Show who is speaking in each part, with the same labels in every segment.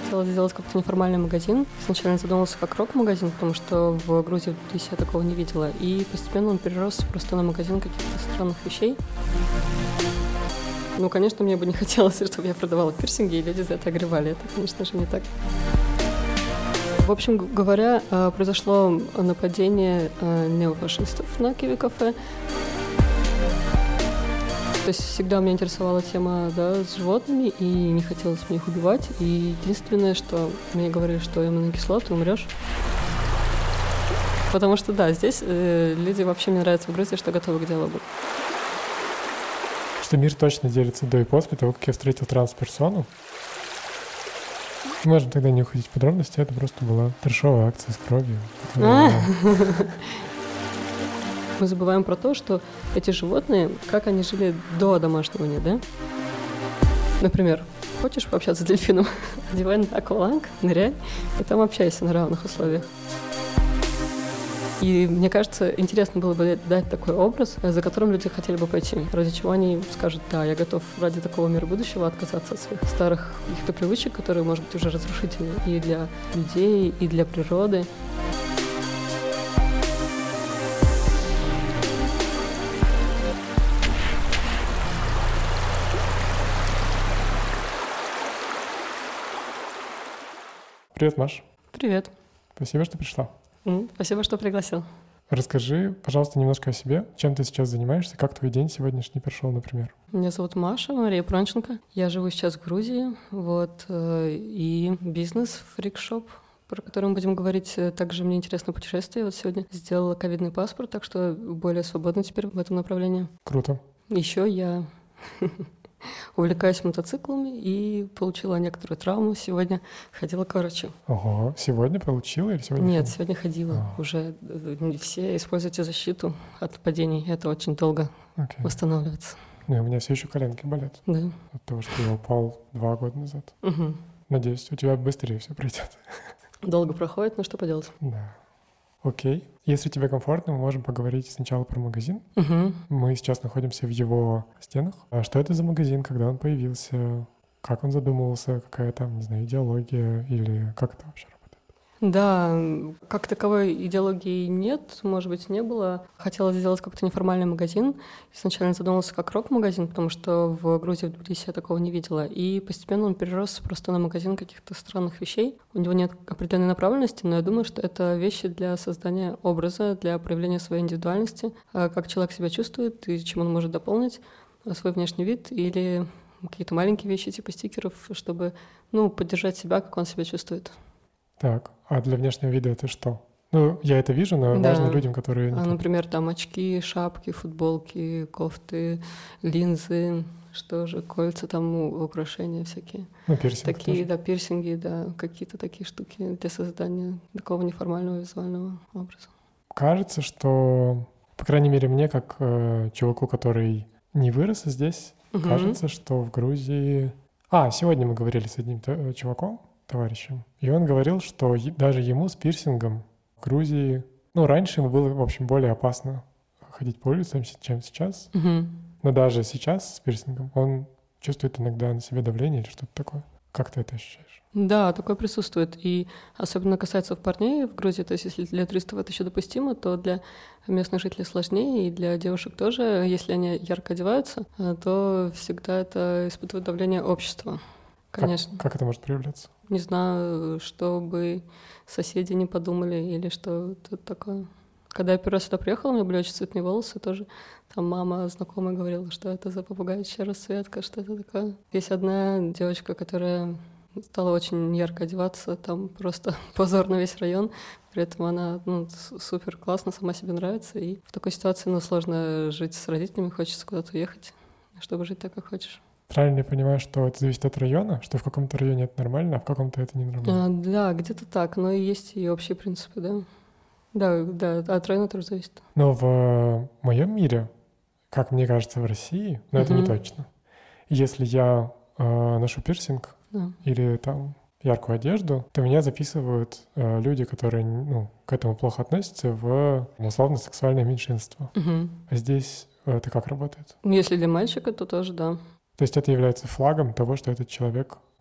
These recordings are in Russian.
Speaker 1: хотела сделать как-то неформальный магазин. Сначала задумался как рок-магазин, потому что в Грузии в Тбилиси я такого не видела. И постепенно он перерос просто на магазин каких-то странных вещей. Ну, конечно, мне бы не хотелось, чтобы я продавала пирсинги, и люди за это огревали. Это, конечно же, не так. В общем говоря, произошло нападение неофашистов на Киви-кафе. То есть всегда меня интересовала тема, да, с животными, и не хотелось мне их убивать. И единственное, что мне говорили, что аминокислоты, ты умрешь. Потому что, да, здесь люди вообще, мне нравится в Грузии, что готовы к диалогу.
Speaker 2: Что мир точно делится до и после того, как я встретил трансперсону. Можем тогда не уходить в подробности, это просто была трэшовая акция с кровью.
Speaker 1: Мы забываем про то, что эти животные, как они жили до домашнего, да? Например, хочешь пообщаться с дельфином? Одевай на акваланг, ныряй, и там общайся на равных условиях. И мне кажется, интересно было бы дать такой образ, за которым люди хотели бы пойти, ради чего они скажут: да, я готов ради такого мира будущего отказаться от своих старых каких-то привычек, которые, может быть, уже разрушительны и для людей, и для природы.
Speaker 2: Привет, Маш.
Speaker 1: Привет.
Speaker 2: Спасибо, что пришла.
Speaker 1: Спасибо, что пригласил.
Speaker 2: Расскажи, пожалуйста, немножко о себе. Чем ты сейчас занимаешься? Как твой день сегодняшний прошел, например?
Speaker 1: Меня зовут Маша, Мария Пронченко. Я живу сейчас в Грузии. И бизнес фрикшоп, про который мы будем говорить. Также мне интересно путешествие. Вот сегодня сделала ковидный паспорт, так что более свободна теперь в этом направлении.
Speaker 2: Круто.
Speaker 1: Еще я увлекаюсь мотоциклами и получила некоторую травму. Сегодня ходила к врачу.
Speaker 2: Ого, сегодня получила или сегодня?
Speaker 1: Нет, сегодня ходила. Уже все используйте защиту от падений. Это очень долго восстанавливается.
Speaker 2: У меня все еще коленки болят.
Speaker 1: Да.
Speaker 2: От того, что я упал 2 года назад. Надеюсь, у тебя быстрее все пройдет.
Speaker 1: Долго проходит, но что поделать?
Speaker 2: Да. Окей. Если тебе комфортно, мы можем поговорить сначала про магазин. Мы сейчас находимся в его стенах. А что это за магазин, когда он появился, как он задумывался, какая там, не знаю, идеология или как это вообще работает?
Speaker 1: Да, как таковой идеологии нет, может быть, не было. Хотела сделать как-то неформальный магазин. Изначально задумался как рок-магазин, потому что в Грузии в Тбилиси я такого не видела. И постепенно он перерос просто на магазин каких-то странных вещей. У него нет определенной направленности, но я думаю, что это вещи для создания образа, для проявления своей индивидуальности, как человек себя чувствует и чем он может дополнить свой внешний вид или какие-то маленькие вещи типа стикеров, чтобы, поддержать себя, как он себя чувствует.
Speaker 2: Так, а для внешнего вида это что? Я это вижу, но важно людям, которые...
Speaker 1: Например, там очки, шапки, футболки, кофты, линзы, что же, кольца, там украшения всякие.
Speaker 2: Пирсинги
Speaker 1: такие,
Speaker 2: тоже.
Speaker 1: Да, пирсинги, да, какие-то такие штуки для создания такого неформального визуального образа.
Speaker 2: Кажется, что, по крайней мере, мне, как чуваку, который не вырос здесь, кажется, что в Грузии... Сегодня мы говорили с одним чуваком, товарищем, и он говорил, что даже ему с пирсингом в Грузии... раньше ему было, в общем, более опасно ходить по улицам, чем сейчас. Но даже сейчас с пирсингом он чувствует иногда на себе давление или что-то такое. Как ты это ощущаешь?
Speaker 1: Да, такое присутствует. И особенно касается парней в Грузии. То есть если для туристов это еще допустимо, то для местных жителей сложнее, и для девушек тоже. Если они ярко одеваются, то всегда это испытывает давление общества. Конечно.
Speaker 2: Как это может проявляться?
Speaker 1: Не знаю, чтобы соседи не подумали или что это такое. Когда я первый раз сюда приехала, у меня были очень цветные волосы тоже. Там мама знакомая говорила, что это за попугаючья расцветка, что это такое. Есть одна девочка, которая стала очень ярко одеваться, там просто позор на весь район. При этом она супер классно, сама себе нравится. И в такой ситуации сложно жить с родителями, хочется куда-то уехать, чтобы жить так, как хочешь.
Speaker 2: Правильно я понимаю, что это зависит от района, что в каком-то районе это нормально, а в каком-то это ненормально?
Speaker 1: Да, где-то так, но и есть и общие принципы, да. Да, от района тоже зависит.
Speaker 2: Но в моем мире, как мне кажется, в России, но это не точно. Если я ношу пирсинг или там яркую одежду, то меня записывают люди, которые к этому плохо относятся, в условно-сексуальное меньшинство. А здесь это как работает?
Speaker 1: Если для мальчика, то тоже да.
Speaker 2: То есть это является флагом того, что этот человек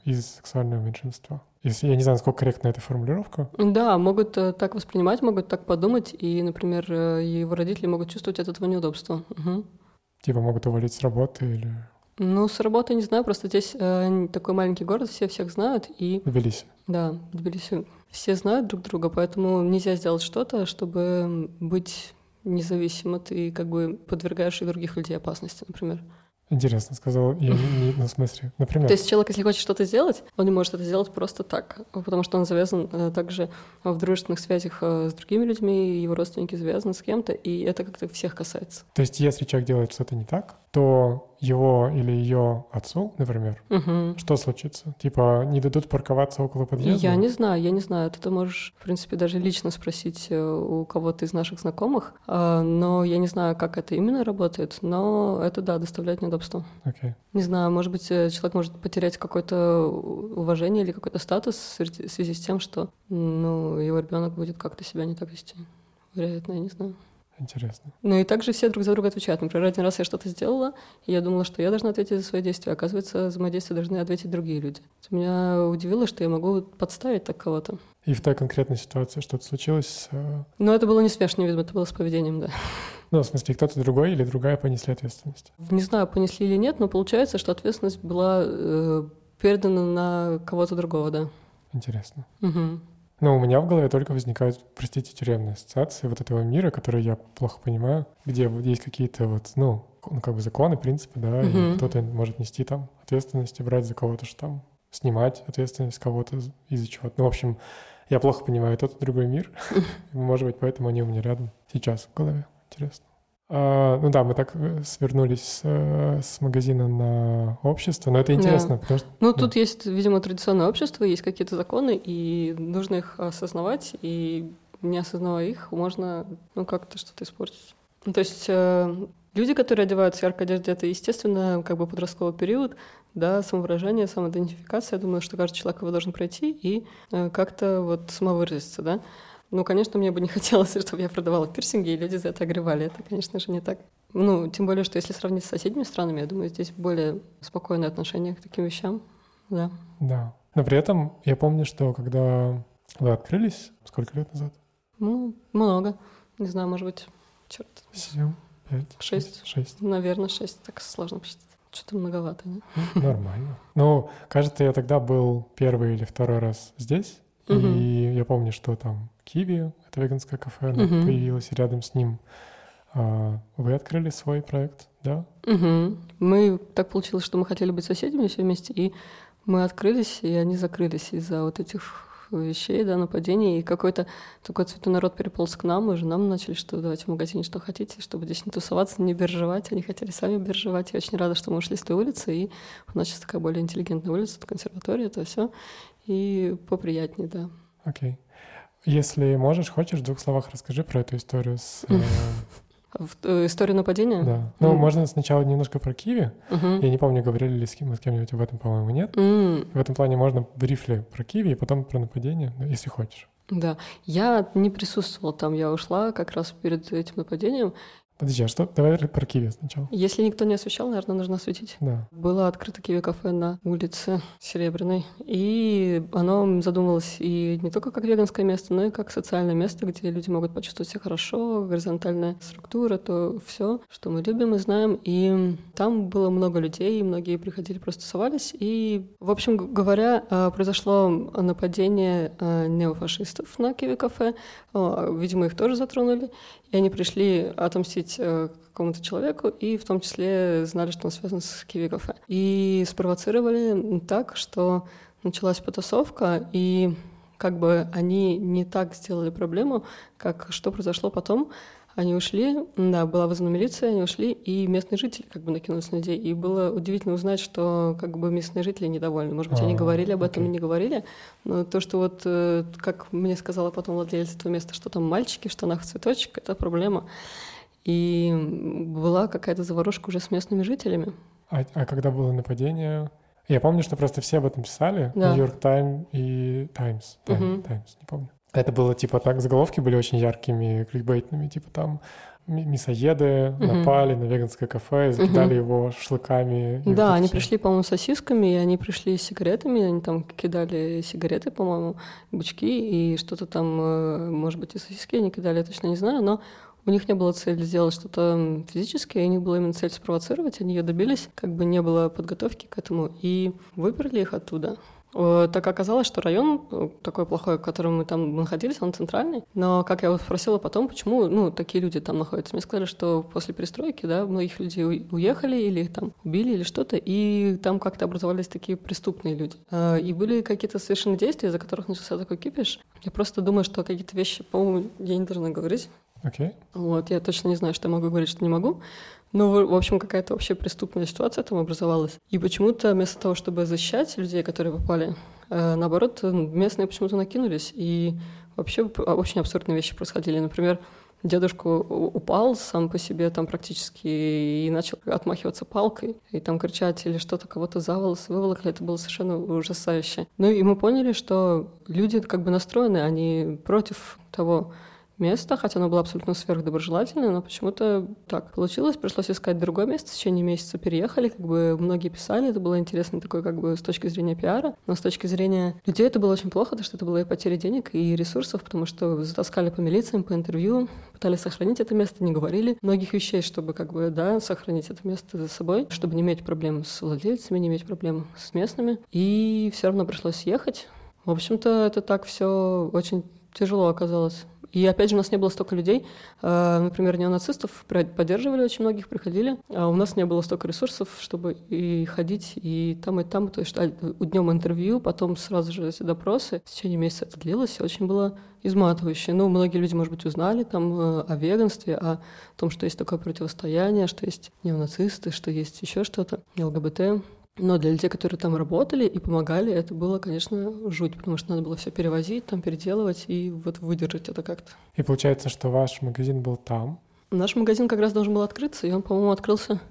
Speaker 2: из сексуального меньшинства. Если, я не знаю, насколько корректна эта формулировка.
Speaker 1: Да, могут так воспринимать, могут так подумать, и, например, его родители могут чувствовать от этого неудобства. Угу.
Speaker 2: Типа могут уволить с работы или...
Speaker 1: Ну, с работы не знаю, просто здесь такой маленький город, все всех знают, и...
Speaker 2: Тбилиси.
Speaker 1: Да, в Тбилиси все знают друг друга, поэтому нельзя сделать что-то, чтобы быть независимо. Ты как бы подвергаешь и других людей опасности, например.
Speaker 2: Интересно, сказал я в смысле, например.
Speaker 1: То есть человек, если хочет что-то сделать, он не может это сделать просто так, потому что он завязан также в дружественных связях с другими людьми, его родственники завязаны с кем-то, и это как-то всех касается.
Speaker 2: То есть если человек делает что-то не так, то его или ее отцу, например, что случится? Типа не дадут парковаться около подъезда?
Speaker 1: Я не знаю. Это ты можешь, в принципе, даже лично спросить у кого-то из наших знакомых, но я не знаю, как это именно работает, но это, да, доставляет неудобства.
Speaker 2: Okay.
Speaker 1: Не знаю, может быть, человек может потерять какое-то уважение или какой-то статус в связи с тем, что его ребенок будет как-то себя не так вести. Вероятно, я не знаю.
Speaker 2: Интересно.
Speaker 1: Ну и также все друг за друга отвечают. Например, один раз я что-то сделала, и я думала, что я должна ответить за свои действия. Оказывается, за мои действия должны ответить другие люди. Меня удивило, что я могу подставить так кого-то.
Speaker 2: И в той конкретной ситуации что-то случилось?
Speaker 1: Ну, это было не смешно, видимо, это было с поведением, да.
Speaker 2: Ну, в смысле, кто-то другой или другая понесли ответственность?
Speaker 1: Не знаю, понесли или нет, но получается, что ответственность была передана на кого-то другого, да.
Speaker 2: Интересно.
Speaker 1: Угу.
Speaker 2: Но у меня в голове только возникают, простите, тюремные ассоциации вот этого мира, который я плохо понимаю, где вот есть какие-то вот, как бы законы, принципы, да, и кто-то может нести там ответственность и брать за кого-то, что там снимать ответственность кого-то из-за чего-то. Ну, в общем, я плохо понимаю тот и другой мир. Может быть, поэтому они у меня рядом сейчас в голове. Интересно. Ну да, мы так свернулись с магазина на общество, но это интересно,
Speaker 1: да.
Speaker 2: потому что...
Speaker 1: Ну, тут есть, видимо, традиционное общество, есть какие-то законы, и нужно их осознавать, и не осознавая их, можно, как-то что-то испортить. Ну, то есть люди, которые одеваются в яркой одежде, это, естественно, как бы подростковый период, да, самовыражение, самоидентификация. Я думаю, что каждый человек его должен пройти и как-то вот самовыразиться, да. Ну, конечно, мне бы не хотелось, чтобы я продавала пирсинги, и люди за это огревали. Это, конечно же, не так. Ну, тем более, что если сравнить с соседними странами, я думаю, здесь более спокойное отношение к таким вещам. Да.
Speaker 2: Да. Но при этом я помню, что когда вы открылись, сколько лет назад?
Speaker 1: Ну, много. Не знаю, может быть,
Speaker 2: 7, 5,
Speaker 1: 6. Наверное, 6. Так сложно посчитать. Что-то многовато, да?
Speaker 2: Нормально. Ну, кажется, я тогда был первый или второй раз здесь. И я помню, что там Киви, это веганское кафе, оно появилось, и рядом с ним вы открыли свой проект, да?
Speaker 1: Мы, так получилось, что мы хотели быть соседями все вместе, и мы открылись, и они закрылись из-за вот этих вещей, да, нападений, и какой-то такой цветной народ переполз к нам, и уже нам начали, что давайте в магазине что хотите, чтобы здесь не тусоваться, не биржевать, они хотели сами биржевать. Я очень рада, что мы ушли с той улицы, и у нас сейчас такая более интеллигентная улица, это консерватория, это все. И поприятнее, да.
Speaker 2: Окей. Если можешь, хочешь, в 2 словах расскажи про эту историю с...
Speaker 1: Историю нападения?
Speaker 2: Да. Ну, можно сначала немножко про Киви. Я не помню, говорили ли с кем-нибудь об этом, по-моему, нет. В этом плане можно брифли про Киви и потом про нападение, если хочешь.
Speaker 1: Да. Я не присутствовала там, я ушла как раз перед этим нападением.
Speaker 2: Подожди, а что? Давай про Киви сначала.
Speaker 1: Если никто не освещал, наверное, нужно осветить.
Speaker 2: Да.
Speaker 1: Было открыто Киви-кафе на улице Серебряной. И оно задумывалось и не только как веганское место, но и как социальное место, где люди могут почувствовать себя хорошо, горизонтальная структура, то все, что мы любим и знаем. И там было много людей, и многие приходили, просто тусовались. И, в общем говоря, произошло нападение неофашистов на Киви-кафе. Видимо, их тоже затронули. И они пришли отомстить какому-то человеку, и в том числе знали, что он связан с Киви-кафе. И спровоцировали так, что началась потасовка, и как бы они не так сделали проблему, как что произошло потом. Они ушли, да, была вызвана милиция, они ушли, и местные жители как бы накинулись на людей. И было удивительно узнать, что как бы местные жители недовольны. Может быть, они говорили об этом и не говорили, но то, что вот, как мне сказала потом владелец этого места, что там мальчики в штанах цветочек, это проблема. И была какая-то заварушка уже с местными жителями.
Speaker 2: А когда было нападение... Я помню, что просто все об этом писали.
Speaker 1: Да.
Speaker 2: Нью-Йорк Таймс и Таймс, не помню. Это было типа так, заголовки были очень яркими, кликбейтными, типа там мясоеды напали на веганское кафе и закидали его шашлыками.
Speaker 1: Да, они пришли, по-моему, с сосисками, и они пришли с сигаретами, они там кидали сигареты, по-моему, бычки, и что-то там, может быть, и сосиски они кидали, я точно не знаю, но у них не было цели сделать что-то физическое, у них была именно цель спровоцировать, они ее добились, как бы не было подготовки к этому, и выперли их оттуда. Так оказалось, что район такой плохой, в котором мы там находились, он центральный. Но, как я вот спросила потом, почему такие люди там находятся, мне сказали, что после перестройки, да, многих людей уехали или их там убили или что-то, и там как-то образовались такие преступные люди. И были какие-то совершены действия, из-за которых начался такой кипиш. Я просто думаю, что какие-то вещи, по-моему, я не должна говорить.
Speaker 2: Okay.
Speaker 1: Вот, я точно не знаю, что я могу говорить, что не могу. Но, в общем, какая-то вообще преступная ситуация там образовалась. И почему-то вместо того, чтобы защищать людей, которые попали, наоборот, местные почему-то накинулись. И вообще очень абсурдные вещи происходили. Например, дедушка упал сам по себе там практически и начал отмахиваться палкой и там кричать или что-то, кого-то за волосы выволокли. Это было совершенно ужасающе. Ну и мы поняли, что люди как бы настроены, они против того место, хотя оно было абсолютно сверхдоброжелательное, но почему-то так получилось. Пришлось искать другое место. В течение месяца переехали, как бы многие писали. Это было интересно такой как бы с точки зрения пиара, но с точки зрения людей это было очень плохо, потому что это была и потеря денег, и ресурсов, потому что затаскали по милициям, по интервью, пытались сохранить это место, не говорили многих вещей, чтобы как бы, да, сохранить это место за собой, чтобы не иметь проблем с владельцами, не иметь проблем с местными. И все равно пришлось ехать. В общем-то, это так все очень тяжело оказалось. И опять же, у нас не было столько людей. Например, неонацистов поддерживали очень многих, приходили. А у нас не было столько ресурсов, чтобы и ходить, и там, и там. То есть днем интервью, потом сразу же эти допросы. В течение месяца это длилось, и очень было изматывающе. Ну, многие люди, может быть, узнали там о веганстве, о том, что есть такое противостояние, что есть неонацисты, что есть еще что-то, ЛГБТ. Но для людей, которые там работали и помогали, это было, конечно, жуть, потому что надо было все перевозить, там переделывать и вот выдержать это как-то.
Speaker 2: И получается, что ваш магазин был там?
Speaker 1: Наш магазин как раз должен был открыться, и он, по-моему, открылся...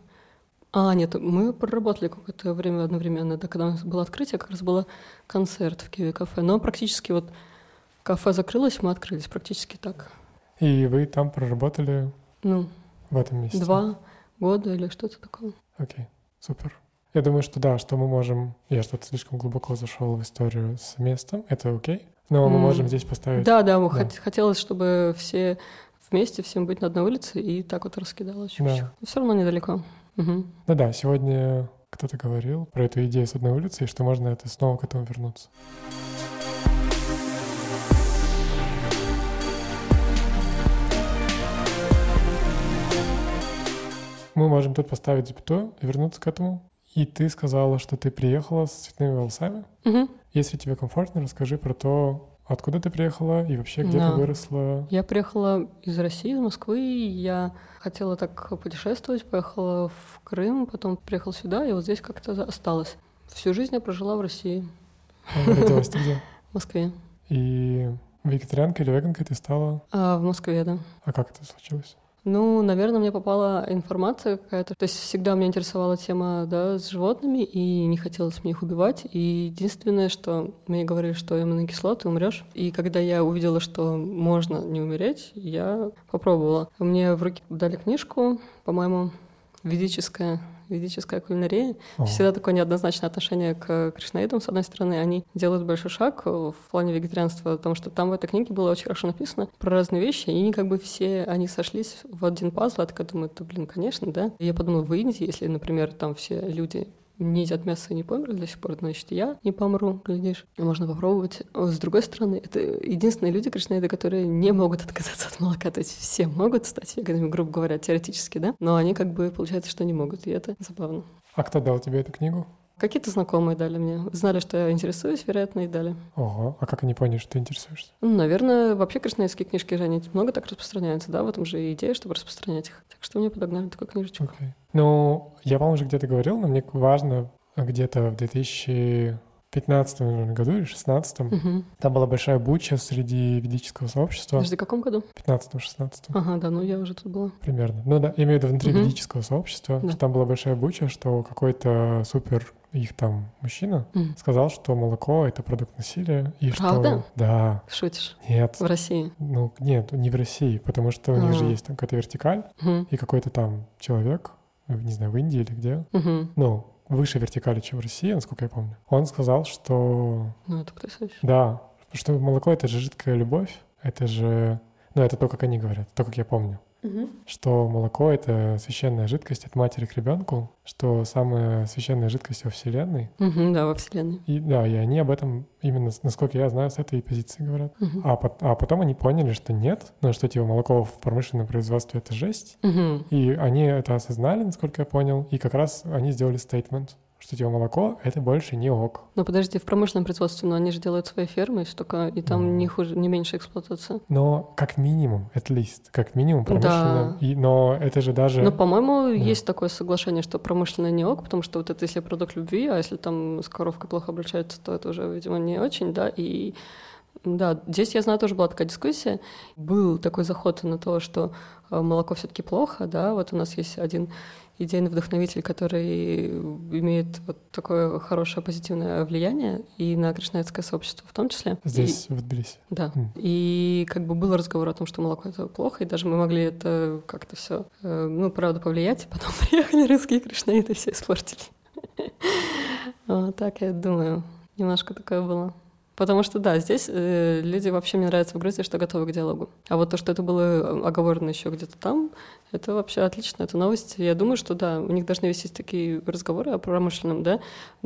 Speaker 1: Нет, мы проработали какое-то время одновременно, да, когда у нас было открытие, как раз был концерт в Киви кафе, но практически вот кафе закрылось, мы открылись, практически так.
Speaker 2: И вы там проработали в этом месте? 2
Speaker 1: года или что-то такое.
Speaker 2: Окей, супер. Я думаю, что да, что мы можем... Я что-то слишком глубоко зашел в историю с местом, это окей, но мы можем здесь поставить...
Speaker 1: Да, хотелось, чтобы все вместе, всем быть на одной улице, и так вот раскидалось. Да. Все равно недалеко. Угу.
Speaker 2: Да, сегодня кто-то говорил про эту идею с одной улицы, и что можно это снова к этому вернуться. Мы можем тут поставить запятую и вернуться к этому. И ты сказала, что ты приехала с цветными волосами.
Speaker 1: Угу.
Speaker 2: Если тебе комфортно, расскажи про то, откуда ты приехала и вообще где ты выросла.
Speaker 1: Я приехала из России, из Москвы. Я хотела так путешествовать, поехала в Крым, потом приехала сюда, и вот здесь как-то осталась. Всю жизнь я прожила в России.
Speaker 2: Родилась ты где?
Speaker 1: В Москве.
Speaker 2: И вегетарианкой или веганкой ты стала?
Speaker 1: В Москве, да.
Speaker 2: А как это случилось?
Speaker 1: Ну, наверное, мне попала информация какая-то. То есть всегда меня интересовала тема, да, с животными, и не хотелось мне их убивать. И единственное, что мне говорили, что аминокислоты, ты умрешь. И когда я увидела, что можно не умереть, я попробовала. Мне в руки дали книжку, по-моему, ведическая кулинария. Всегда такое неоднозначное отношение к кришнаидам. С одной стороны, они делают большой шаг в плане вегетарианства, потому что там в этой книге было очень хорошо написано про разные вещи, и как бы все они сошлись в один пазл. Я такая думаю, конечно, да. И я подумала, в Индии, если, например, там все люди не едят мясо и не померли до сих пор, значит, я не помру, глядишь. Можно попробовать. С другой стороны, это единственные люди, кришнаиды, которые не могут отказаться от молока. То есть все могут стать веганами, грубо говоря, теоретически, да? Но они как бы, получается, что не могут, и это забавно.
Speaker 2: А кто дал тебе эту книгу?
Speaker 1: Какие-то знакомые дали мне. Знали, что я интересуюсь, вероятно, и дали.
Speaker 2: Ого, а как они поняли, что ты интересуешься?
Speaker 1: Наверное, вообще кришнаитские книжки же, они много так распространяются, да? В этом же и идея, чтобы распространять их. Так что мне подогнали такую книжечку.
Speaker 2: Okay. Ну, я вам уже где-то говорил, но мне важно, где-то в 2015, наверное, году или 2016 там была большая буча среди ведического сообщества.
Speaker 1: Подожди, в каком году?
Speaker 2: В 15-16.
Speaker 1: Ага, да, ну я уже тут была.
Speaker 2: Примерно. Ну да, я имею в виду внутри ведического сообщества, что там была большая буча, что какой-то супер их там мужчина, сказал, что молоко — это продукт насилия. И
Speaker 1: Правда?
Speaker 2: Что... Да.
Speaker 1: Шутишь?
Speaker 2: Нет.
Speaker 1: В России?
Speaker 2: Ну, нет, не в России, потому что у них же есть там какая-то вертикаль, и какой-то там человек, не знаю, в Индии или где, ну, выше вертикали, чем в России, насколько я помню. Он сказал, что...
Speaker 1: Ну, это потрясающе.
Speaker 2: Да, что молоко — это же жидкая любовь, это же... Ну, это то, как они говорят, то, как я помню. Что молоко — это священная жидкость от матери к ребенку, что самая священная жидкость во Вселенной.
Speaker 1: Да, во Вселенной.
Speaker 2: И да, и они об этом именно, насколько я знаю, с этой позиции говорят. А потом они поняли, что нет, ну, что типа молоко в промышленном производстве — это жесть. И они это осознали, насколько я понял, и как раз они сделали стейтмент, что типа молоко — это больше не ок.
Speaker 1: Но подожди, в промышленном производстве, но они же делают свои фермы, и там не хуже, не меньше эксплуатация.
Speaker 2: Но как минимум, at least, как минимум промышленном. Да. Но это же даже...
Speaker 1: Но, по-моему, есть такое соглашение, что промышленное не ок, потому что вот это если продукт любви, а если там с коровкой плохо обращаются, то это уже, видимо, не очень, да, и... Да, здесь, я знаю, тоже была такая дискуссия. Был такой заход на то, что молоко все-таки плохо, да, вот у нас есть один идейный вдохновитель, который имеет вот такое хорошее позитивное влияние и на кришнаитское сообщество в том числе.
Speaker 2: Здесь, в Тбилиси.
Speaker 1: Да. И как бы был разговор о том, что молоко — это плохо, и даже мы могли это как-то все, ну, правда, повлиять, и потом приехали русские кришнаиты, все испортили. Вот так я думаю. Немножко такое было. Потому что, да, здесь люди вообще, мне нравится в Грузии, что готовы к диалогу. А вот то, что это было оговорено еще где-то там, это вообще отлично, это новость. Я думаю, что, да, у них должны вестись такие разговоры о промышленном, да,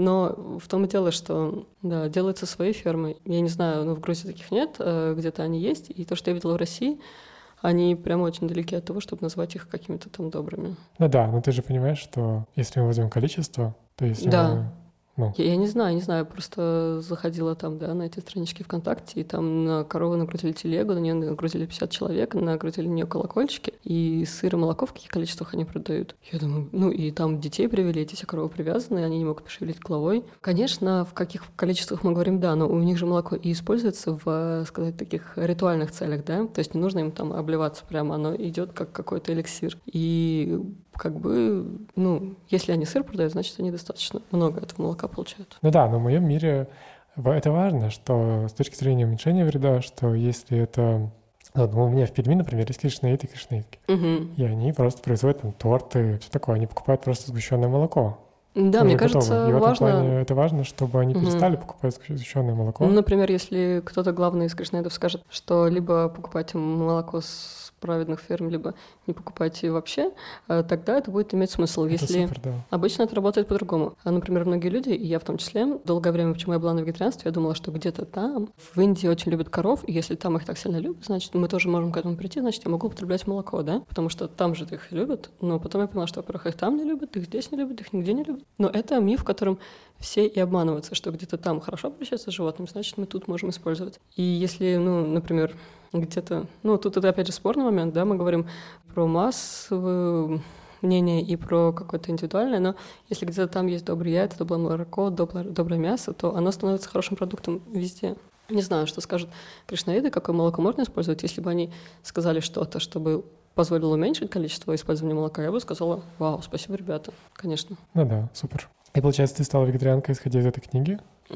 Speaker 1: но в том и дело, что, да, делаются свои фермы. Я не знаю, но в Грузии таких нет, где-то они есть, и то, что я видела в России, они прямо очень далеки от того, чтобы назвать их какими-то там добрыми.
Speaker 2: Ну да, но ты же понимаешь, что если мы возьмем количество, то если мы...
Speaker 1: Ну. Я не знаю, просто заходила там, да, на эти странички ВКонтакте, и там на корову нагрузили телегу, на нее нагрузили 50 человек, нагрузили на нее колокольчики, и сыр и молоко в каких количествах они продают. Я думаю, ну и там детей привели, эти все коровы привязаны, они не могут пошевелить головой. Конечно, в каких количествах мы говорим, да, но у них же молоко и используется в, сказать, таких ритуальных целях, да, то есть не нужно им там обливаться прямо, оно идет как какой-то эликсир. И как бы, ну, если они сыр продают, значит, они достаточно много этого молока получают.
Speaker 2: Ну да, но в моем мире это важно, что с точки зрения уменьшения вреда, что если это... Ну, у меня в Перми, например, есть кришнаиты и кришнаитки. И они просто производят там торты, все такое. Они покупают просто сгущенное молоко.
Speaker 1: Да, мне кажется,
Speaker 2: и в
Speaker 1: важно...
Speaker 2: этом плане это важно, чтобы они перестали покупать сгущенное молоко.
Speaker 1: Ну, например, если кто-то главный из кришнаитов скажет, что либо покупайте молоко с праведных ферм, либо не покупайте вообще, тогда это будет иметь смысл.
Speaker 2: Это
Speaker 1: если
Speaker 2: супер, да.
Speaker 1: Обычно это работает по-другому. Например, многие люди, и я в том числе, долгое время, почему я была на вегетарианстве, я думала, что где-то там, в Индии очень любят коров, и если там их так сильно любят, значит, мы тоже можем к этому прийти, значит, я могу употреблять молоко, да? Потому что там же их любят. Но потом я поняла, что, во-первых, их там не любят, их здесь не любят, их нигде не любят. Но это миф, в котором все и обманываются, что где-то там хорошо обращаются с животными, значит, мы тут можем использовать. И если, ну, например, где-то... Ну, тут это, опять же, спорный момент, да, мы говорим про массовую мнение и про какое-то индивидуальное, но если где-то там есть добрые яйца, доброе молоко, доброе мясо, то оно становится хорошим продуктом везде. Не знаю, что скажут кришнаиты, какое молоко можно использовать. Если бы они сказали что-то, чтобы позволило уменьшить количество использования молока, я бы сказала: вау, спасибо, ребята, конечно.
Speaker 2: Ну да, супер. И получается, ты стала вегетарианкой, исходя из этой книги?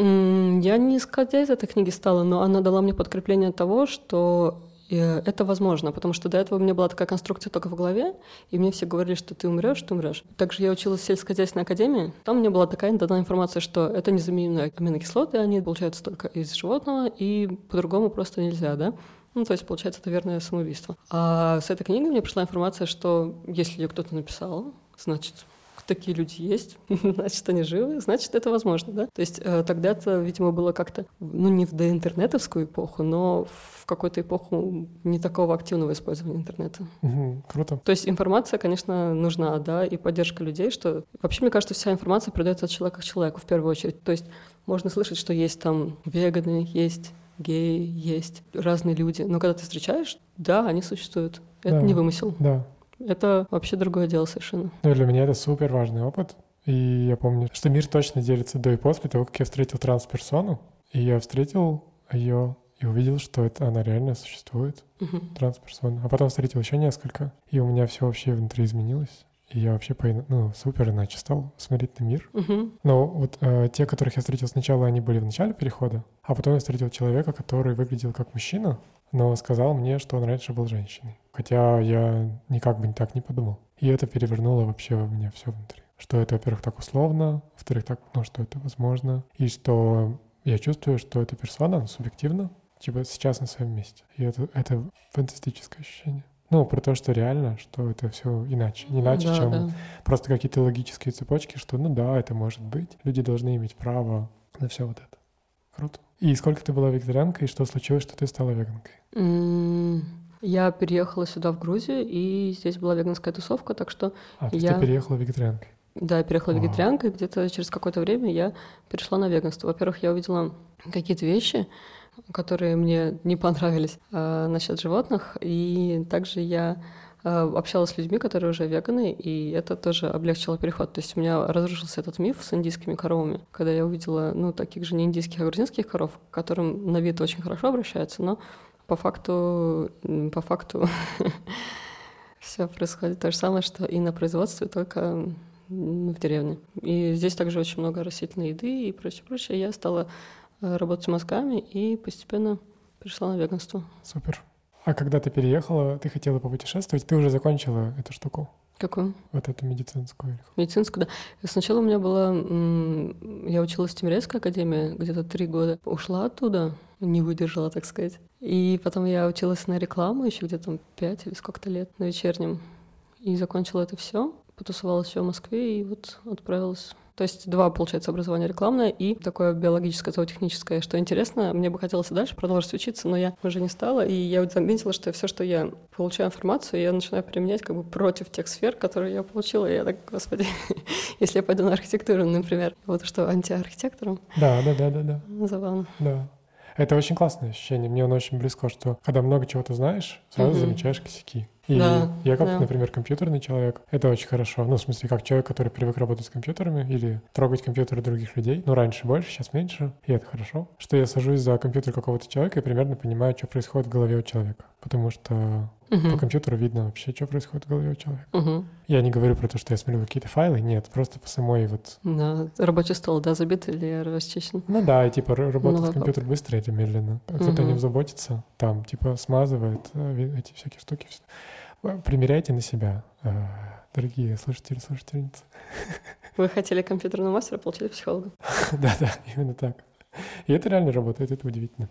Speaker 1: Я не исходя из этой книги стала, но она дала мне подкрепление того, что это возможно, потому что до этого у меня была такая конструкция только в голове, и мне все говорили, что ты умрешь. Также я училась в сельскохозяйственной академии. Там мне была такая дана информация, что это незаменимые аминокислоты, они получаются только из животного, и по-другому просто нельзя, да? Ну, то есть, получается, это верное самоубийство. А с этой книгой мне пришла информация, что если ее кто-то написал, значит, такие люди есть, значит, они живы, значит, это возможно, да? То есть тогда-то, видимо, было как-то, ну, не в доинтернетовскую эпоху, но в какую-то эпоху не такого активного использования интернета.
Speaker 2: Круто.
Speaker 1: То есть информация, конечно, нужна, да, и поддержка людей, что... Вообще, мне кажется, вся информация передается от человека к человеку в первую очередь. То есть можно слышать, что есть там веганы, есть геи, есть разные люди, но когда ты встречаешь, да, они существуют. Это не вымысел.
Speaker 2: Да.
Speaker 1: Это вообще другое дело совершенно.
Speaker 2: Ну, для меня это супер важный опыт. И я помню, что мир точно делится до и после того, как я встретил трансперсону. И я встретил ее и увидел, что она реально существует, трансперсона. А потом встретил еще несколько. И у меня все вообще внутри изменилось. и я вообще супер иначе стал смотреть на мир.
Speaker 1: Угу.
Speaker 2: Но вот те, которых я встретил сначала, они были в начале перехода, а потом я встретил человека, который выглядел как мужчина, но сказал мне, что он раньше был женщиной. Хотя я никак бы так не подумал. И это перевернуло вообще во мне все внутри. Что это, во-первых, так условно, во-вторых, так, что это возможно, и что я чувствую, что эта персона субъективно, типа сейчас на своем месте. И это фантастическое ощущение. Про то, что реально, что это все иначе. Не иначе, чем просто какие-то логические цепочки, что это может быть. Люди должны иметь право на все вот это. Круто. И сколько ты была вегетарианкой, и что случилось, что ты стала веганкой?
Speaker 1: Я переехала сюда, в Грузию, и здесь была веганская тусовка, так что
Speaker 2: ты переехала вегетарианкой?
Speaker 1: Да, я переехала вегетарианкой, где-то через какое-то время я перешла на веганство. Во-первых, я увидела какие-то вещи, которые мне не понравились насчет животных, и также я общалась с людьми, которые уже веганы, и это тоже облегчило переход. То есть у меня разрушился этот миф с индийскими коровами, когда я увидела, таких же не индийских, а грузинских коров, к которым на вид очень хорошо обращаются, но по факту все происходит то же самое, что и на производстве, только в деревне. И здесь также очень много растительной еды и прочее. Я стала работать мозгами и постепенно перешла на веганство.
Speaker 2: Супер. А когда ты переехала, ты хотела попутешествовать, ты уже закончила эту штуку?
Speaker 1: Какую?
Speaker 2: Вот эту медицинскую.
Speaker 1: Медицинскую, да. Сначала у меня была... Я училась в Тимирязевской академии где-то 3 года. Ушла оттуда, не выдержала, так сказать. И потом я училась на рекламу еще где-то 5 или сколько-то лет на вечернем. И закончила это все. Потусовалась еще в Москве и вот отправилась. То есть 2, получается, образования: рекламное и такое биологическое, зоотехническое. Что интересно, мне бы хотелось и дальше продолжить учиться, но я уже не стала. И я вот заметила, что все, что я получаю информацию, я начинаю применять как бы против тех сфер, которые я получила. И я так, господи, если я пойду на архитектуру, например, вот что антиархитектором.
Speaker 2: Да.
Speaker 1: Забавно.
Speaker 2: Да. Это очень классное ощущение. Мне оно очень близко, что когда много чего-то знаешь, сразу замечаешь косяки. И я как, например, компьютерный человек, это очень хорошо. В смысле, как человек, который привык работать с компьютерами или трогать компьютеры других людей. Раньше больше, сейчас меньше, и это хорошо. Что я сажусь за компьютер какого-то человека и примерно понимаю, что происходит в голове у человека. Потому что по компьютеру видно вообще, что происходит в голове у человека. Я не говорю про то, что я смотрю какие-то файлы, нет, просто по самой вот...
Speaker 1: Да, рабочий стол, забит или расчищен?
Speaker 2: И типа работает компьютер быстро или медленно. Кто-то не заботится, там типа смазывает эти всякие штуки. Примеряйте на себя, дорогие слушатели, слушательницы.
Speaker 1: Вы хотели компьютерного мастера, получили психолога.
Speaker 2: Да, именно так. И это реально работает, это удивительно.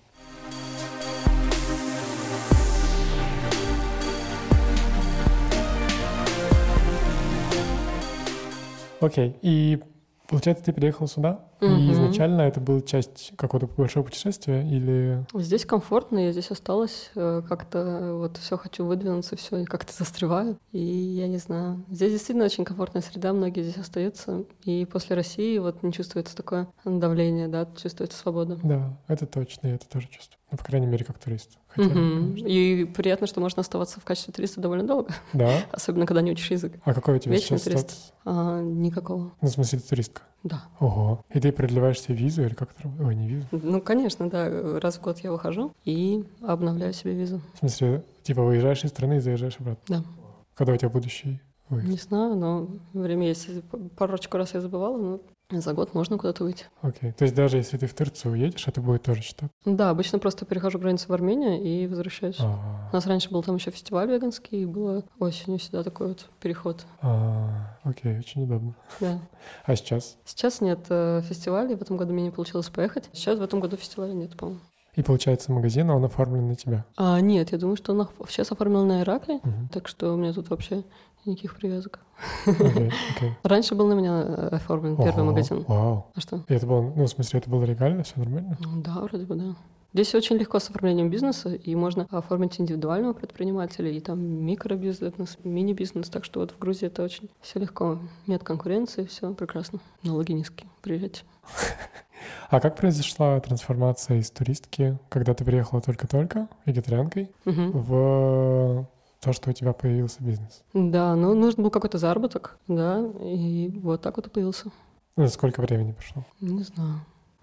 Speaker 2: Окей, и получается, ты переехал сюда, и изначально это была часть какого-то большого путешествия или...
Speaker 1: Здесь комфортно, я здесь осталась, как-то все хочу выдвинуться, все как-то застреваю, и я не знаю. Здесь действительно очень комфортная среда, многие здесь остаются, и после России не чувствуется такое давление, чувствуется свобода.
Speaker 2: Да, это точно, я это тоже чувствую. По крайней мере, как турист. Хотя,
Speaker 1: и приятно, что можно оставаться в качестве туриста довольно долго.
Speaker 2: Да?
Speaker 1: Особенно, когда не учишь язык.
Speaker 2: А какой у тебя
Speaker 1: Вечный
Speaker 2: сейчас
Speaker 1: турист?
Speaker 2: статус?
Speaker 1: Никакого.
Speaker 2: В смысле, ты туристка?
Speaker 1: Да.
Speaker 2: Ого. И ты продлеваешь себе визу или как это? Ой, не визу.
Speaker 1: Конечно, да. Раз в год я выхожу и обновляю себе визу.
Speaker 2: В смысле, типа выезжаешь из страны и заезжаешь обратно?
Speaker 1: Да.
Speaker 2: Когда у тебя будущий выезд?
Speaker 1: Не знаю, но время есть. Парочку раз я забывала, но за год можно куда-то выйти.
Speaker 2: Окей. То есть даже если ты в Турцию уедешь, это будет тоже считаться?
Speaker 1: Да, обычно просто перехожу границу в Армению и возвращаюсь. У нас раньше был там еще фестиваль веганский, и было осенью всегда такой переход.
Speaker 2: Окей, очень удобно.
Speaker 1: Да.
Speaker 2: А сейчас?
Speaker 1: Сейчас нет фестиваля, в этом году мне не получилось поехать. Сейчас в этом году фестиваля нет, по-моему.
Speaker 2: И получается, магазин, он оформлен на тебя?
Speaker 1: Нет, я думаю, что он сейчас оформлен на Иракле, так что у меня тут вообще никаких привязок.
Speaker 2: Okay.
Speaker 1: Раньше был на меня оформлен первый магазин.
Speaker 2: Вау.
Speaker 1: А что?
Speaker 2: И это было, в смысле, это было легально, все нормально?
Speaker 1: Да, вроде бы, да. Здесь очень легко с оформлением бизнеса, и можно оформить индивидуального предпринимателя, и там микробизнес, мини-бизнес, так что в Грузии это очень все легко. Нет конкуренции, все прекрасно. Налоги низкие. Приезжайте.
Speaker 2: А как произошла трансформация из туристки, когда ты приехала только-только вегетарианкой, в то, что у тебя появился бизнес?
Speaker 1: Да, нужен был какой-то заработок, да, и вот так вот и появился.
Speaker 2: Сколько времени прошло?
Speaker 1: Не знаю.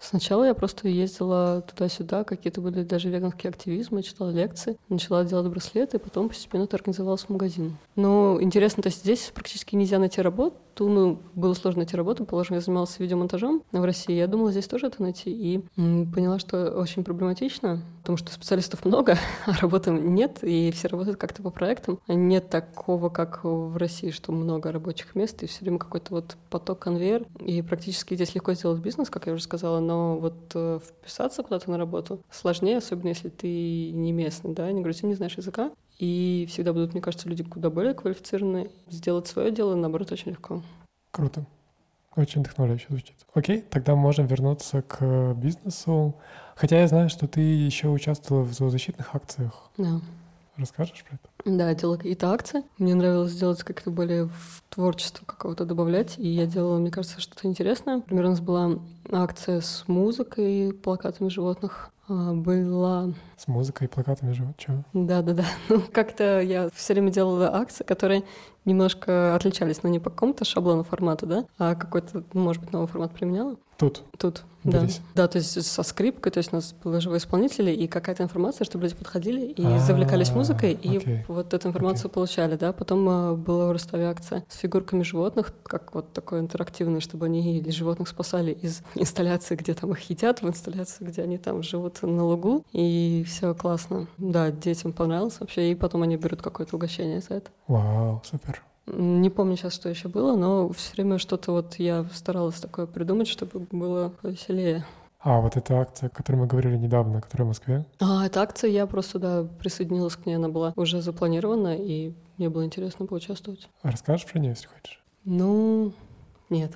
Speaker 1: Сначала я просто ездила туда-сюда, какие-то были даже веганские активизмы, читала лекции, начала делать браслеты, и потом постепенно это организовался магазин. Но интересно, то есть здесь практически нельзя найти работу, было сложно найти работу, положим, я занималась видеомонтажом в России, я думала здесь тоже это найти, и поняла, что очень проблематично, потому что специалистов много, а работы нет, и все работают как-то по проектам. Нет такого, как в России, что много рабочих мест, и все время какой-то вот поток, конвейер, и практически здесь легко сделать бизнес, как я уже сказала, но вот вписаться куда-то на работу сложнее, особенно если ты не местный, да, не грузин, не знаешь языка. И всегда будут, мне кажется, люди куда более квалифицированные. Сделать свое дело, наоборот, очень легко.
Speaker 2: Круто. Очень вдохновляюще звучит. Окей, тогда можем вернуться к бизнесу. Хотя я знаю, что ты еще участвовала в зоозащитных акциях.
Speaker 1: Да.
Speaker 2: Расскажешь про это?
Speaker 1: Да, делала какие-то акции. Мне нравилось делать как-то более в творчество какого-то добавлять. И я делала, мне кажется, что-то интересное. Например, у нас была акция с музыкой, плакатами животных. Была...
Speaker 2: С музыкой и плакатами живут? Чего?
Speaker 1: Да. Ну, как-то я все время делала акции, которые немножко отличались, но не по какому-то шаблону формата, да, а какой-то, может быть, новый формат применяла.
Speaker 2: Тут,
Speaker 1: да. Да, то есть со скрипкой, то есть у нас были живые исполнители, и какая-то информация, чтобы люди подходили и завлекались музыкой, и вот эту информацию получали, да. Потом была в Ростове акция с фигурками животных, как вот такой интерактивный, чтобы они или животных спасали из инсталляции, где там их едят, в инсталляции, где они там живут на лугу, и все классно. Да, детям понравилось вообще, и потом они берут какое-то угощение за это.
Speaker 2: Вау, супер.
Speaker 1: Не помню сейчас, что еще было, но все время что-то вот я старалась такое придумать, чтобы было повеселее.
Speaker 2: А вот эта акция, о которой мы говорили недавно, которая в Москве?
Speaker 1: Эта акция, я просто, да, присоединилась к ней, она была уже запланирована, и мне было интересно поучаствовать.
Speaker 2: Расскажешь про нее, если хочешь?
Speaker 1: Ну, нет.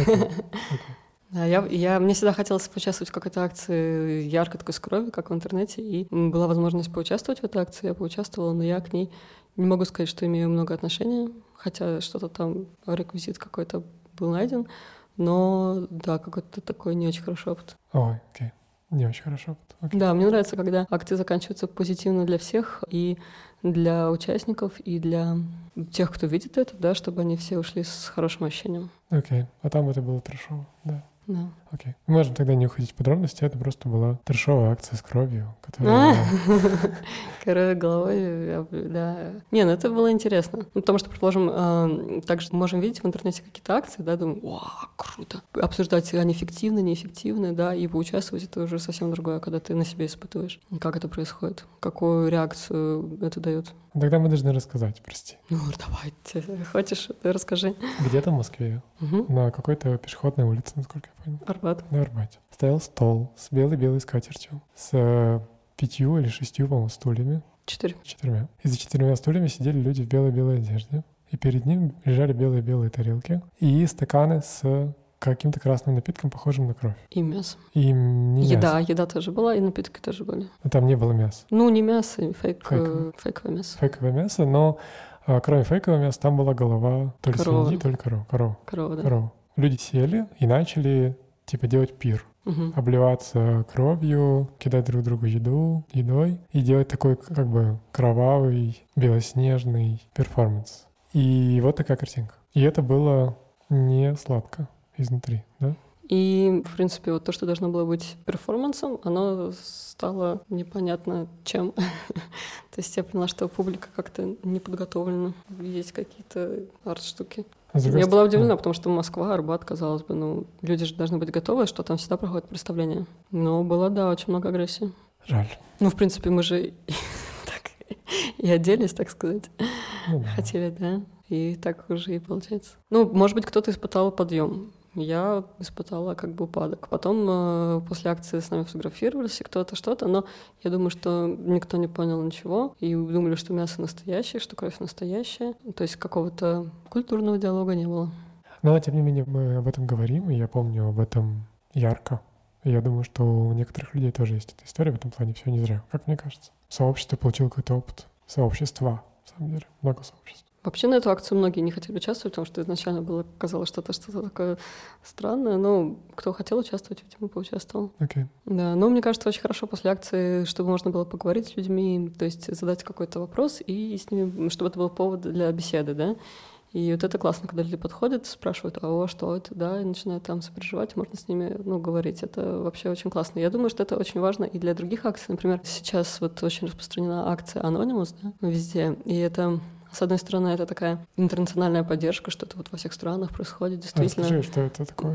Speaker 1: Да, мне всегда хотелось поучаствовать в какой-то акции яркой такой с кровью, как в интернете, и была возможность поучаствовать в этой акции, я поучаствовала, но я к ней не могу сказать, что имею много отношения, хотя что-то там, реквизит какой-то был найден, но да, какой-то такой не очень хороший опыт.
Speaker 2: Ой, окей. Не очень хорошо. Okay.
Speaker 1: Да, мне нравится, когда акции заканчиваются позитивно для всех, и для участников, и для тех, кто видит это, да, чтобы они все ушли с хорошим ощущением.
Speaker 2: Окей. А там это было трэшово, да?
Speaker 1: Да.
Speaker 2: Окей. Мы можем тогда не уходить в подробности, это просто была трэшовая акция с кровью, которая...
Speaker 1: Коровьей головой, да. Не, ну это было интересно. Ну, потому что, предположим, также можем видеть в интернете какие-то акции, да, думаем, вау, круто. Обсуждать, они эффективны, неэффективны, да, и поучаствовать — это уже совсем другое, когда ты на себе испытываешь, как это происходит, какую реакцию это дает.
Speaker 2: Тогда мы должны рассказать, прости.
Speaker 1: Ну, давай, хочешь, ты расскажи.
Speaker 2: Где-то в Москве, на какой-то пешеходной улице, насколько я понял.
Speaker 1: Арбат.
Speaker 2: На Арбате. Стоял стол с белой-белой скатертью, с 5 или 6, по-моему, стульями.
Speaker 1: 4.
Speaker 2: 4. И за 4 стульями сидели люди в белой-белой одежде. И перед ним лежали белые-белые тарелки и стаканы с каким-то красным напитком, похожим на кровь.
Speaker 1: И мясо.
Speaker 2: И не мясо.
Speaker 1: Еда тоже была, и напитки тоже были.
Speaker 2: Но там не было мяса.
Speaker 1: Ну, не мясо, фейковое мясо.
Speaker 2: Фейковое мясо, но кроме фейкового мяса там была голова то ли свиньи, то ли корова.
Speaker 1: Корова, да.
Speaker 2: Корова. Люди сели и начали типа делать пир. Обливаться кровью, кидать друг другу едой и делать такой как бы кровавый, белоснежный перформанс. И вот такая картинка. И это было не сладко изнутри, да?
Speaker 1: И, в принципе, вот то, что должно было быть перформансом, оно стало непонятно чем. То есть я поняла, что публика как-то не подготовлена. Есть какие-то арт-штуки. Я была удивлена, потому что Москва, Арбат, казалось бы, люди же должны быть готовы, что там всегда проходит представление. Но было, да, очень много агрессии.
Speaker 2: Жаль.
Speaker 1: Ну, в принципе, мы же так и оделись, так сказать. Хотели, да. И так уже и получается. Ну, может быть, кто-то испытал подъем. Я испытала как бы упадок. Потом после акции с нами фотографировались, и кто-то что-то, но я думаю, что никто не понял ничего, и думали, что мясо настоящее, что кровь настоящая. То есть какого-то культурного диалога не было.
Speaker 2: Но, тем не менее, мы об этом говорим, и я помню об этом ярко. И я думаю, что у некоторых людей тоже есть эта история в этом плане. Все не зря, как мне кажется. Сообщество получило какой-то опыт. Сообщества, на самом деле. Много сообществ.
Speaker 1: Вообще на эту акцию многие не хотели участвовать, потому что изначально было казалось что-то такое странное, но кто хотел участвовать, видимо, поучаствовал.
Speaker 2: Okay.
Speaker 1: Да, но мне кажется, очень хорошо после акции, чтобы можно было поговорить с людьми, то есть задать какой-то вопрос, и с ними, чтобы это был повод для беседы, да. И вот это классно, когда люди подходят, спрашивают, а что это, да, и начинают там сопереживать, можно с ними, говорить. Это вообще очень классно. Я думаю, что это очень важно и для других акций. Например, сейчас вот очень распространена акция Anonymous, да, везде, и это... С одной стороны, это такая интернациональная поддержка, что это вот во всех странах происходит действительно.
Speaker 2: Расскажи, что это такое?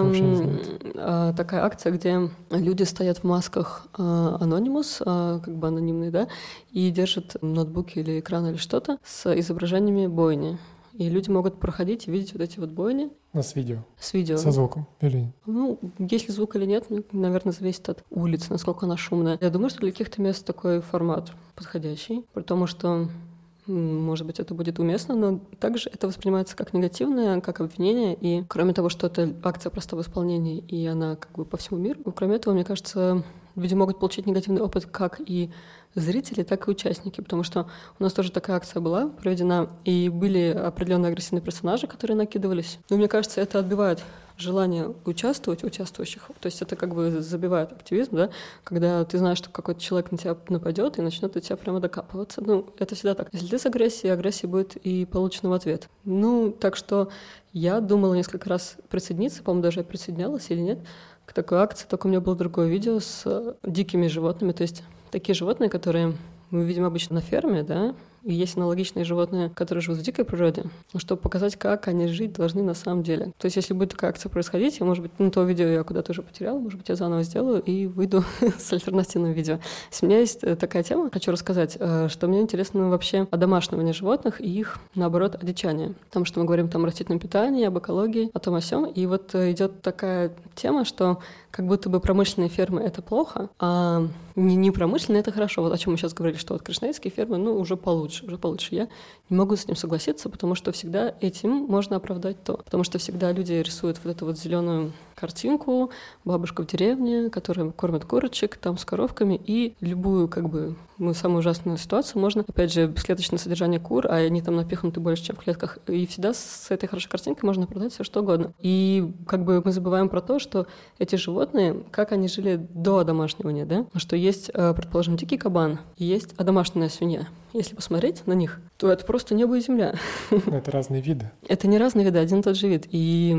Speaker 1: Это такая акция, где люди стоят в масках Anonymous, как бы анонимные, да, и держат ноутбуки или экран или что-то с изображениями бойни. И люди могут проходить и видеть вот эти вот бойни.
Speaker 2: С видео?
Speaker 1: С видео.
Speaker 2: Со звуком или нет?
Speaker 1: Есть ли звук или нет, наверное, зависит от улицы, насколько она шумная. Я думаю, что для каких-то мест такой формат подходящий, потому что может быть, это будет уместно, но также это воспринимается как негативное, как обвинение. И кроме того, что это акция просто в исполнении, и она как бы по всему миру, кроме этого, мне кажется, люди могут получить негативный опыт как и зрители, так и участники, потому что у нас тоже такая акция была проведена, и были определенные агрессивные персонажи, которые накидывались. Но мне кажется, это отбивает желание участвовать участвующих. То есть это как бы забивает активизм, да, когда ты знаешь, что какой-то человек на тебя нападет и начнет от тебя прямо докапываться. Это всегда так. Если ты с агрессией, агрессия будет и получена в ответ. Так что я думала несколько раз присоединиться, по-моему, даже я присоединялась или нет, к такой акции, только у меня было другое видео с дикими животными, то есть такие животные, которые мы видим обычно на ферме, да, и есть аналогичные животные, которые живут в дикой природе, чтобы показать, как они жить должны на самом деле. То есть если будет такая акция происходить, может быть, то видео я куда-то уже потеряла, может быть, я заново сделаю и выйду с альтернативным видео. У меня есть такая тема, хочу рассказать, что мне интересно вообще одомашнивание животных и их, наоборот, одичание. Потому что мы говорим там о растительном питании, об экологии, о том о сём. И вот идет такая тема, что как будто бы промышленные фермы — это плохо, а не промышленные — это хорошо. Вот о чем мы сейчас говорили, что вот кришнаитские фермы, уже получше. Я не могу с ним согласиться, потому что всегда этим можно оправдать то. Потому что всегда люди рисуют вот эту вот зеленую картинку, бабушка в деревне, которая кормит курочек там с коровками, и любую как бы самую ужасную ситуацию можно, опять же, бесклеточное содержание кур, а они там напихнуты больше, чем в клетках, и всегда с этой хорошей картинкой можно продать все что угодно. И как бы мы забываем про то, что эти животные, как они жили до одомашнивания, да, что есть, предположим, дикий кабан, и есть одомашненная свинья. Если посмотреть на них, то это просто небо и земля.
Speaker 2: Это разные виды.
Speaker 1: Это не разные виды, один и тот же вид.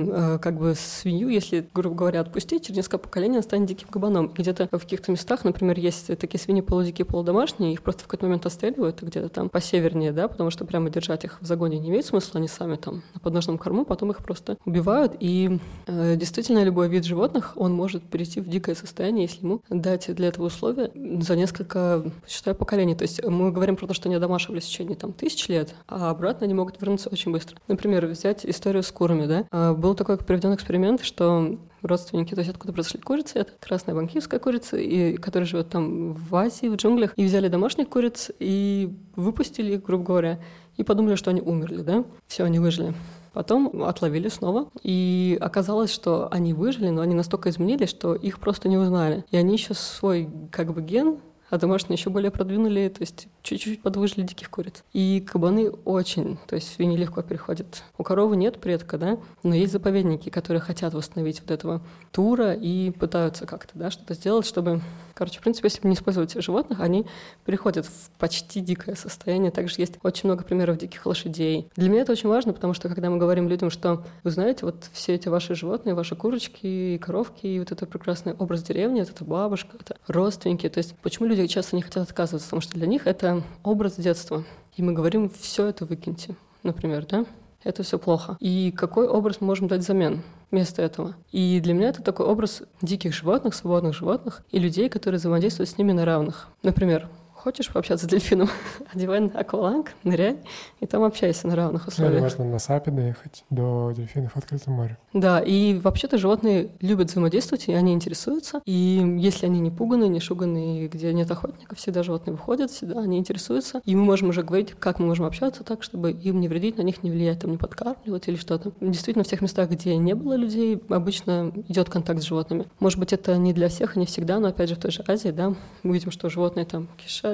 Speaker 1: И как бы свинью, если, грубо говоря, отпустить, через несколько поколений она станет диким кабаном. Где-то в каких-то местах, например, есть такие свиньи полудикие, полудомашние, их просто в какой-то момент отстреливают, где-то там посевернее, да, потому что прямо держать их в загоне не имеет смысла, они сами там на подножном корму, потом их просто убивают. И действительно, любой вид животных, он может перейти в дикое состояние, если ему дать для этого условия за несколько, считаю, поколений. То есть мы говорим про то, что они одомашивались в течение там 1000 лет, а обратно они могут вернуться очень быстро. Например, взять историю с курами, да. Был такой проведен эксперимент, что родственники, то есть откуда произошли курицы, это красная банкивская курица, которая живет там в Азии, в джунглях, и взяли домашних куриц и выпустили их, грубо говоря, и подумали, что они умерли, да. Все, они выжили. Потом отловили снова, и оказалось, что они выжили, но они настолько изменились, что их просто не узнали. И они еще свой как бы ген, а домашние еще более продвинули, то есть чуть-чуть подвыжили диких куриц. И кабаны очень, то есть свиньи легко переходят. У коровы нет предка, да, но есть заповедники, которые хотят восстановить вот этого тура и пытаются как-то, да, что-то сделать, чтобы... в принципе, если не использовать животных, они переходят в почти дикое состояние. Также есть очень много примеров диких лошадей. Для меня это очень важно, потому что когда мы говорим людям, что, вы знаете, вот все эти ваши животные, ваши курочки и коровки, и вот это прекрасный образ деревни, это бабушка, это родственники. То есть почему люди часто не хотят отказываться? Потому что для них это образ детства. И мы говорим, все это выкиньте, например, да? Это все плохо. И какой образ мы можем дать взамен вместо этого? И для меня это такой образ диких животных, свободных животных и людей, которые взаимодействуют с ними на равных. Например, хочешь пообщаться с дельфином? Одевай на акваланг, ныряй, и там общайся на равных условиях.
Speaker 2: Можно на САПе доехать до дельфинов в открытом море.
Speaker 1: Да, и вообще-то животные любят взаимодействовать, и они интересуются. И если они не пуганы, не шуганы, и где нет охотников, всегда животные выходят, всегда они интересуются. И мы можем уже говорить, как мы можем общаться так, чтобы им не вредить, на них не влиять, там, не подкармливать или что-то. Действительно, в тех местах, где не было людей, обычно идет контакт с животными. Может быть, это не для всех и не всегда, но опять же в той же Азии, да, мы видим, что животные там кишами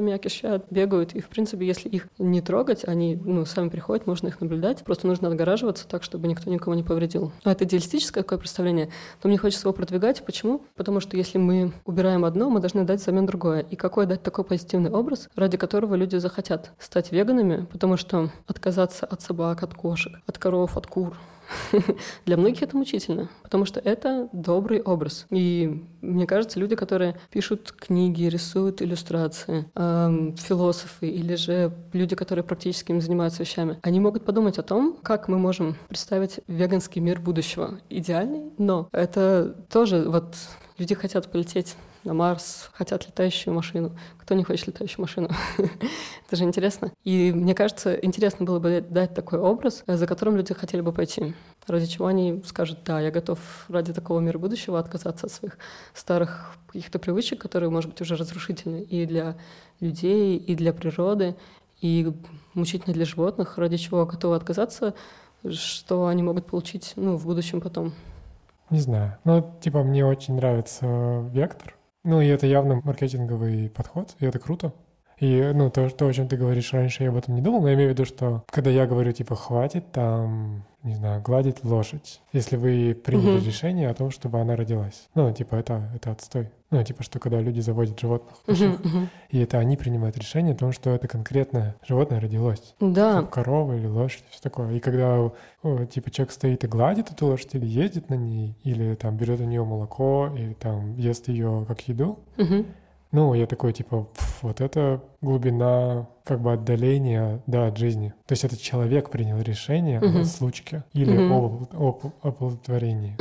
Speaker 1: хомяки шпят, бегают, и, в принципе, если их не трогать, они, сами приходят, можно их наблюдать, просто нужно отгораживаться так, чтобы никто никого не повредил. Но это идеалистическое такое представление, но мне хочется его продвигать. Почему? Потому что если мы убираем одно, мы должны дать взамен другое. И какой дать такой позитивный образ, ради которого люди захотят стать веганами, потому что отказаться от собак, от кошек, от коров, от кур — для многих это мучительно, потому что это добрый образ. И мне кажется, люди, которые пишут книги, рисуют иллюстрации, философы или же люди, которые практически им занимаются вещами, они могут подумать о том, как мы можем представить веганский мир будущего. Идеальный, но это тоже люди хотят полететь на Марс, хотят летающую машину. Кто не хочет летающую машину? Это же интересно. И мне кажется, интересно было бы дать такой образ, за которым люди хотели бы пойти. Ради чего они скажут: да, я готов ради такого мира будущего отказаться от своих старых каких-то привычек, которые, может быть, уже разрушительны и для людей, и для природы, и мучительны для животных, ради чего готовы отказаться, что они могут получить, в будущем потом.
Speaker 2: Не знаю. Мне очень нравится вектор. И это явно маркетинговый подход, и это круто. И, то, о чем ты говоришь, раньше я об этом не думал, но я имею в виду, что когда я говорю, хватит гладить лошадь, если вы приняли решение о том, чтобы она родилась. Это отстой. Что когда люди заводят животных, и это они принимают решение о том, что это конкретное животное родилось.
Speaker 1: Да.
Speaker 2: Корова или лошадь, все такое. И когда, человек стоит и гладит эту лошадь, или ездит на ней, или берет у нее молоко, или ест ее как еду, я такой, вот это глубина отдаления, от жизни. То есть этот человек принял решение о случке или о оплодотворении.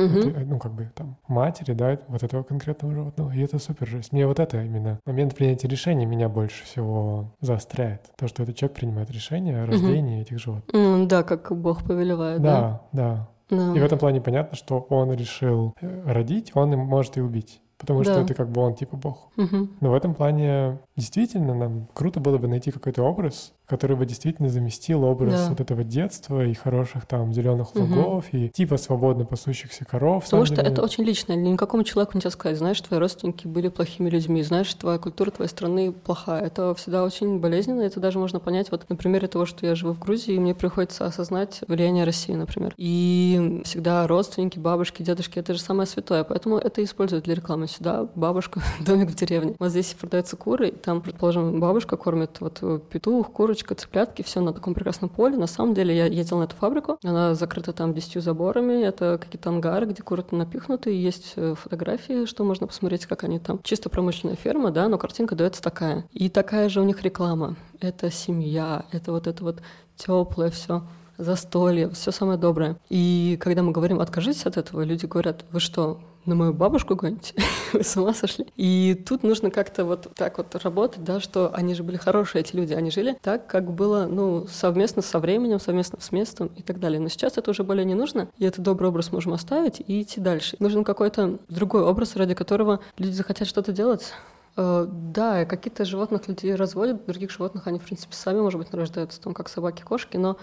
Speaker 2: Матери, вот этого конкретного животного. И это супер жесть. Мне это именно момент принятия решения меня больше всего заостряет. То, что этот человек принимает решение о рождении этих животных.
Speaker 1: Да, как Бог повелевает,
Speaker 2: да? Да. И в этом плане понятно, что он решил родить, он им может и убить. Потому что это он Бог. Но в этом плане действительно нам круто было бы найти какой-то образ, который бы действительно заместил образ этого детства и хороших зеленых лугов и свободно пасущихся коров.
Speaker 1: Потому что это очень лично. Никакому человеку нельзя сказать: знаешь, твои родственники были плохими людьми, знаешь, твоя культура твоей страны плохая. Это всегда очень болезненно. Это даже можно понять на примере того, что я живу в Грузии, и мне приходится осознать влияние России, например. И всегда родственники, бабушки, дедушки — это же самое святое. Поэтому это используют для рекламы. Сюда бабушка, домик в деревне. Вот здесь продаются куры, там, предположим, бабушка кормит петух, курочка, цыплятки, все на таком прекрасном поле. На самом деле я ездила на эту фабрику, она закрыта 10 заборами, это какие-то ангары, где куры напихнуты, и есть фотографии, что можно посмотреть, как они там. Чисто промышленная ферма, но картинка дается такая. И такая же у них реклама. Это семья, это теплое все. Застолье, все самое доброе. И когда мы говорим: откажитесь от этого, люди говорят: вы что, на мою бабушку гоните? Вы с ума сошли? И тут нужно как-то так работать, что они же были хорошие, эти люди, они жили так, как было, совместно со временем, совместно с местом и так далее. Но сейчас это уже более не нужно, и этот добрый образ можем оставить и идти дальше. Нужен какой-то другой образ, ради которого люди захотят что-то делать. Да, какие-то животных люди разводят, других животных они, в принципе, сами, может быть, нарождаются, как собаки, кошки, но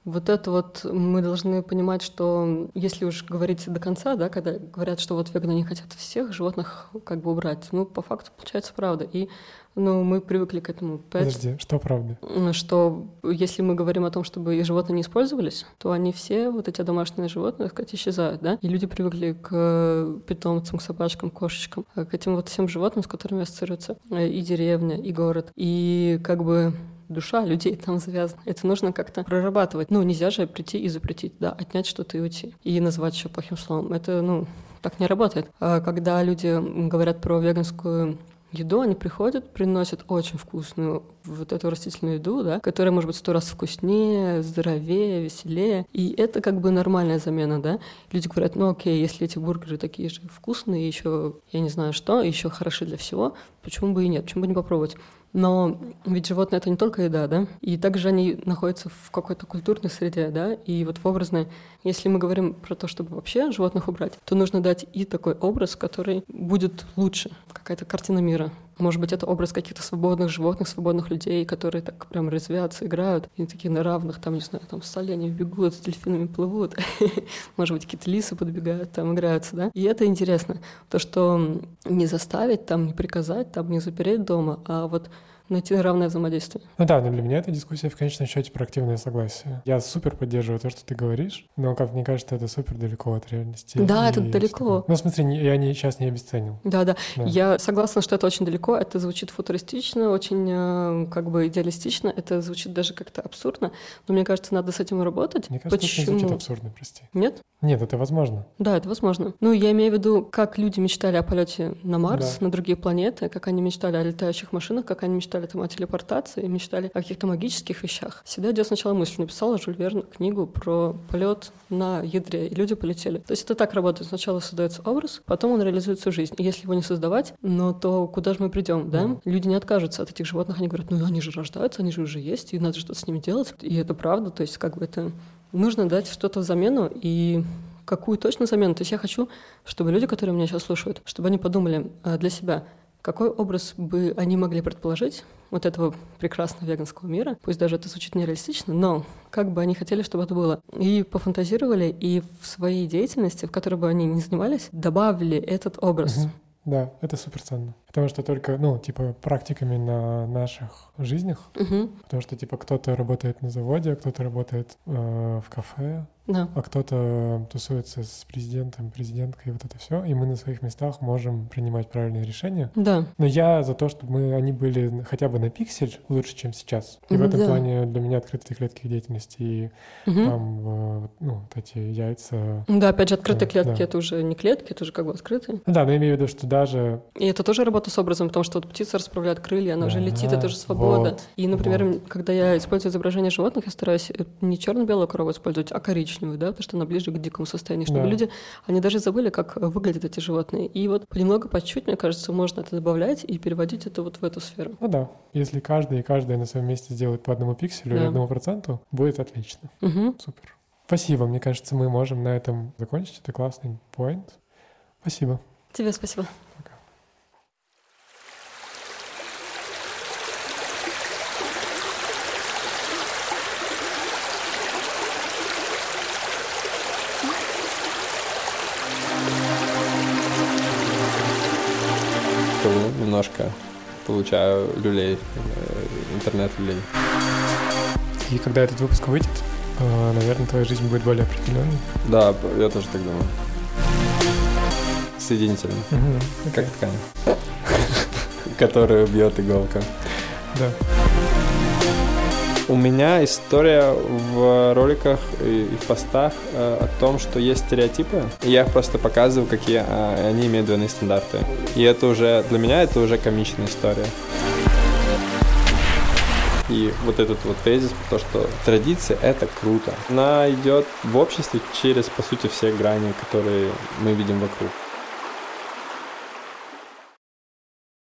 Speaker 1: мы должны понимать, что если уж говорить до конца, когда говорят, что веганы не хотят всех животных убрать, по факту получается правда. И мы привыкли к этому.
Speaker 2: Подожди, что правда?
Speaker 1: Что если мы говорим о том, чтобы животные не использовались, то они все, эти домашние животные, исчезают, И люди привыкли к питомцам, к собачкам, кошечкам, к этим всем животным, с которыми ассоциируется и деревня, и город. И душа людей там завязана. Это нужно как-то прорабатывать. Нельзя же прийти и запретить, отнять что-то и уйти. И назвать еще плохим словом. Это, так не работает. А когда люди говорят про веганскую еду, они приходят, приносят очень вкусную эту растительную еду, которая может быть 100 раз вкуснее, здоровее, веселее. И это нормальная замена, Люди говорят: окей, если эти бургеры такие же вкусные, еще, я не знаю что, еще хороши для всего, почему бы и нет, почему бы не попробовать? Но ведь животные — это не только еда, И также они находятся в какой-то культурной среде, И в образной. Если мы говорим про то, чтобы вообще животных убрать, то нужно дать и такой образ, который будет лучше, какая-то картина мира. Может быть, это образ каких-то свободных животных, свободных людей, которые так прям резвятся, играют, и такие на равных, с оленями бегут, с дельфинами плывут. Может быть, какие-то лисы подбегают, играются, И это интересно. То, что не заставить, не приказать, не запереть дома, а найти равное взаимодействие.
Speaker 2: Ну да, но для меня эта дискуссия в конечном счете про активное согласие. Я супер поддерживаю то, что ты говоришь, но, как мне кажется, это супер далеко от реальности.
Speaker 1: Да, это далеко.
Speaker 2: Ну, в смысле, я сейчас не обесценил.
Speaker 1: Да. Я согласна, что это очень далеко, это звучит футуристично, очень как бы идеалистично, это звучит даже как-то абсурдно, но мне кажется, надо с этим работать.
Speaker 2: Мне кажется, это не звучит абсурдно, прости.
Speaker 1: Нет?
Speaker 2: Нет, это возможно.
Speaker 1: Да, это возможно. Ну, я имею в виду, как люди мечтали о полете на Марс, на другие планеты, как они мечтали о летающих машинах, как они мечтали там о телепортации, мечтали о каких-то магических вещах. Всегда идет сначала мысль. Написала Жюль Верн книгу про полет на ядре, и люди полетели. То есть это так работает. Сначала создается образ, потом он реализует всю жизнь. И если его не создавать, то куда же мы придем, да? Люди не откажутся от этих животных, они говорят, ну они же рождаются, они же уже есть, и надо что-то с ними делать. И это правда, то есть как бы это... Нужно дать что-то в замену, и какую точно замену. То есть я хочу, чтобы люди, которые меня сейчас слушают, чтобы они подумали для себя, какой образ бы они могли предположить вот этого прекрасного веганского мира, пусть даже это звучит нереалистично, но как бы они хотели, чтобы это было. И пофантазировали, и в своей деятельности, в которой бы они ни занимались, добавили этот образ.
Speaker 2: Да, это суперценно. Потому что только, практиками на наших жизнях. Потому что, кто-то работает на заводе, а кто-то работает в кафе, а кто-то тусуется с президентом, президенткой, и вот это все. И мы на своих местах можем принимать правильные решения.
Speaker 1: Да.
Speaker 2: Но я за то, чтобы они были хотя бы на пиксель лучше, чем сейчас. И в этом плане для меня открытые клетки деятельности и там, вот эти яйца.
Speaker 1: Да, опять же, открытые клетки — это уже не клетки, это уже как бы открытые.
Speaker 2: Да, но я имею в виду, что даже...
Speaker 1: И это тоже работа с образом, потому что вот птица расправляет крылья, она уже летит, это же свобода.
Speaker 2: Вот,
Speaker 1: и, например, когда я использую изображение животных, я стараюсь не черно-белую корову использовать, а коричневую, да, потому что она ближе к дикому состоянию, чтобы люди, они даже забыли, как выглядят эти животные. И вот понемногу, по чуть-чуть, мне кажется, можно это добавлять и переводить это вот в эту сферу.
Speaker 2: Ну да, если каждый на своем месте сделает по 1 пикселю и 1%, будет отлично. Супер. Спасибо, мне кажется, мы можем на этом закончить. Это классный поинт. Спасибо.
Speaker 1: Тебе спасибо.
Speaker 2: Пока.
Speaker 3: Немножко получаю люлей, интернет-люлей.
Speaker 2: И когда этот выпуск выйдет, наверное, твоя жизнь будет более определенной.
Speaker 3: Да, я тоже так думаю. Соединительно. Как ткань, которую бьет иголка.
Speaker 2: Да.
Speaker 3: У меня история в роликах и в постах о том, что есть стереотипы, и я их просто показываю, какие они имеют двойные стандарты. И это уже, для меня это уже комичная история. И вот этот вот тезис, то, что традиция — это круто. Она идет в обществе через, по сути, все грани, которые мы видим вокруг.